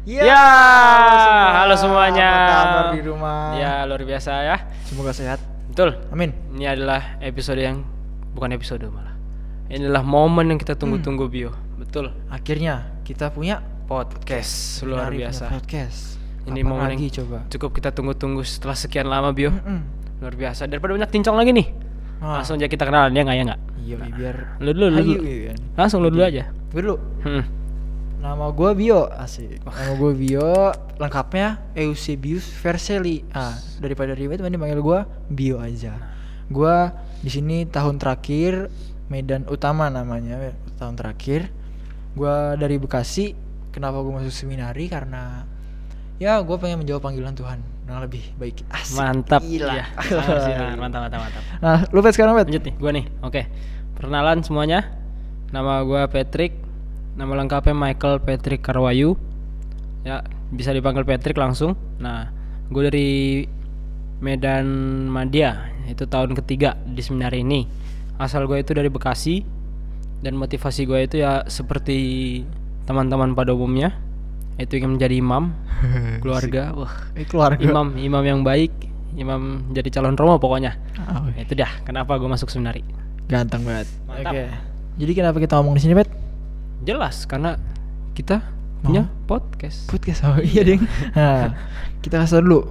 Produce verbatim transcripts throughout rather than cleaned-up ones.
Ya, Ya, halo, halo semuanya. Apa kabar di rumah? Ya, luar biasa ya. Semoga sehat. Betul. Amin. Ini adalah episode yang bukan episode malah. Ini adalah momen yang kita tunggu-tunggu, Bio. Betul. Akhirnya kita punya Podcast luar Seminari biasa. punya podcast. Ini Kapan momen lagi yang coba? cukup kita tunggu-tunggu setelah sekian lama, Bio. Mm-mm. Luar biasa. Daripada banyak cincong lagi nih. Ah. Langsung aja kita kenalan ya nggak ya nggak? Iya, biar Lu dulu, lu Ayo, dulu. iya. Langsung lu dulu aja. Gue dulu. Hmm. Nama gue Bio, asik. Nama gue Bio, lengkapnya Eusebius Vercelli. Ah, daripada ribet, mending panggil gue Bio aja. Gue di sini tahun terakhir, Medan Utama namanya, tahun terakhir. Gue dari Bekasi. Kenapa gue masuk seminari? Karena ya gue pengen menjawab panggilan Tuhan yang lebih baik. Asik. Mantap. Gila. Iya. Sangat sinar. Mantap, mantap, mantap. Nah, lu Pet sekarang Pet? Lanjut nih, gua nih. Oke. Perkenalan semuanya. Nama gua Patrick. Nama lengkapnya Michael Patrick Karwayu. Ya, bisa dipanggil Patrick langsung. Nah, gua dari Medan Madya. Itu tahun ketiga di seminari ini. Asal gua itu dari Bekasi. Dan motivasi gua itu ya seperti teman-teman pada umumnya, itu ingin menjadi imam keluarga. Wah, Eh, keluarga. imam, imam yang baik, imam jadi calon romo pokoknya. Oh, Nah, itu dah kenapa gue masuk seminari. ganteng banget. Mantap. Oke. Jadi kenapa kita ngomong di sini, Pet? Jelas karena kita Mau? punya podcast. Podcast. Oh iya, Ding. Nah, kita kasih tau dulu.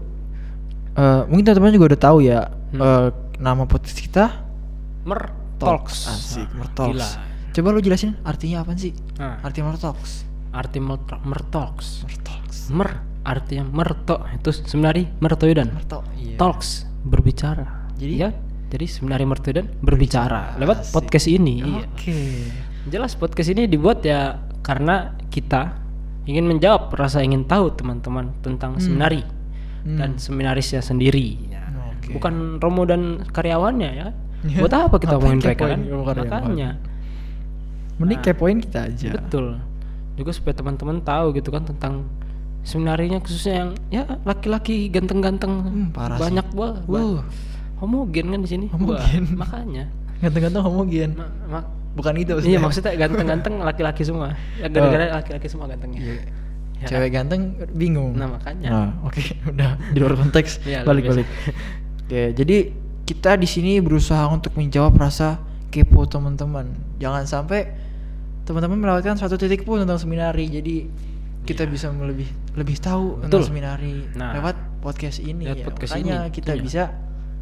Eh, mungkin teman-teman juga udah tahu ya, Hmm. eh, nama podcast kita Mer Talks. Asik, Nah, Mertalks. gila. Coba lu jelasin artinya apa sih? Nah, Arti Mertalks. arti mer Mer Talks. Mertalks. Mer artinya merto itu seminari Mertoyudan. Merto. Iya. Talks berbicara. Jadi? ya, jadi seminari Mertoyudan berbicara lewat Asik. podcast ini. Iya. Oke. Jelas podcast ini dibuat ya karena kita ingin menjawab rasa ingin tahu teman-teman tentang Hmm. seminari Hmm. dan seminarisnya sendiri. Ya. Oke. Bukan Romo dan karyawannya ya. Ya. Buat apa kita Ngapain ngomongin mereka kepoin kan? Romo karyawan? Makanya. Mending Nah, kepoin kita aja. Betul. Juga supaya teman-teman tahu gitu kan tentang seminarinya, khususnya yang ya laki-laki ganteng-ganteng Hmm, parah sih. banyak banget. Wuh. Homogen kan di sini. Homogen. Wah, makanya. Ganteng-ganteng homogen. Ma- ma- Bukan itu Iya maksudnya ganteng-ganteng laki-laki semua. Ya gara-gara laki-laki semua gantengnya. Iya. Ya Cewek kan? ganteng bingung. Nah makanya. Nah, oke, udah di luar konteks. Iya, Balik-balik. Oke, jadi kita di sini berusaha untuk menjawab rasa kepo teman-teman. Jangan sampai teman-teman melewatkan suatu titik pun tentang seminari. Jadi kita Iya. bisa lebih lebih tahu Betul. tentang seminari Nah, lewat podcast ini. lewat Ya. podcast Makanya ini, kita iya. bisa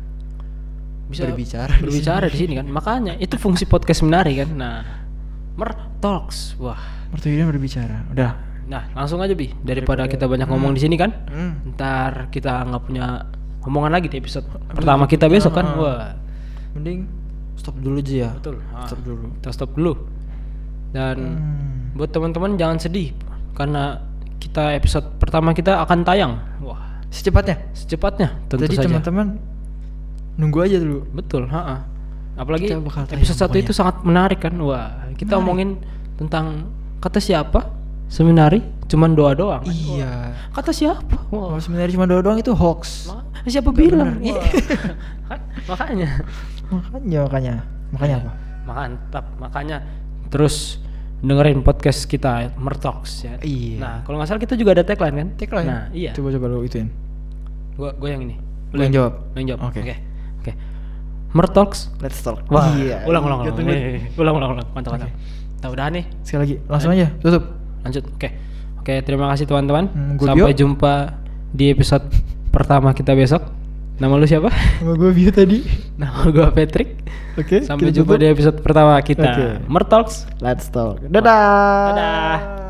Bisa berbicara di berbicara sini. di sini kan. Makanya itu fungsi podcast seminari kan. Nah, Mer Talks. Wah. Mertuanya berbicara. Udah. Nah, langsung aja Bi. Daripada, Daripada- kita banyak Hmm. ngomong di sini kan. Hmm. Ntar kita nggak punya omongan lagi di episode pertama kita besok kan. Ah. Wah. Mending stop dulu aja ya. Betul. Ah, Stop dulu. Kita stop dulu. Dan Hmm. buat teman-teman jangan sedih karena kita episode pertama kita akan tayang. Wah, Secepatnya. secepatnya tentu Jadi saja. teman-teman nunggu aja dulu. Betul, ha-ha. Apalagi Kita bakal tayang episode satu pokoknya. itu sangat menarik kan. Wah, kita Menarik. omongin tentang kata siapa? Seminari cuman doa doang. kan? Iya. Wah, kata siapa? Wah. Kalau sebenarnya cuma doa doang itu hoax. Ma- siapa Nggak bilang? bener. Wah. Kan, makanya. Makanya makanya makanya apa? Mantap, makanya terus dengerin podcast kita Mertalks ya. Iya. Nah, kalau nggak salah kita juga ada tagline kan? Tagline. Nah, iya. Coba coba lu ituin. Gua gua yang ini. Lu yang jawab. Lu yang jawab. Oke. Oke. Oke. Mertalks. Let's talk. Wah, Iya. ulang ulang ulang. Ganteng banget. Eh, Ulang ulang ulang. Mantap mantap. Oke. Nah, udah nih. Sekali lagi, langsung aja tutup. Lanjut. Oke. Oke, terima kasih teman-teman. Hmm, gua Sampai Bio. jumpa di episode pertama kita besok. Nama lu siapa? Sama gue Bio tadi. Nama gua Patrick. Oke. Sampai kita jumpa tutup. di episode pertama kita. Oke. Mertalks. Let's talk. Dadah. Dadah.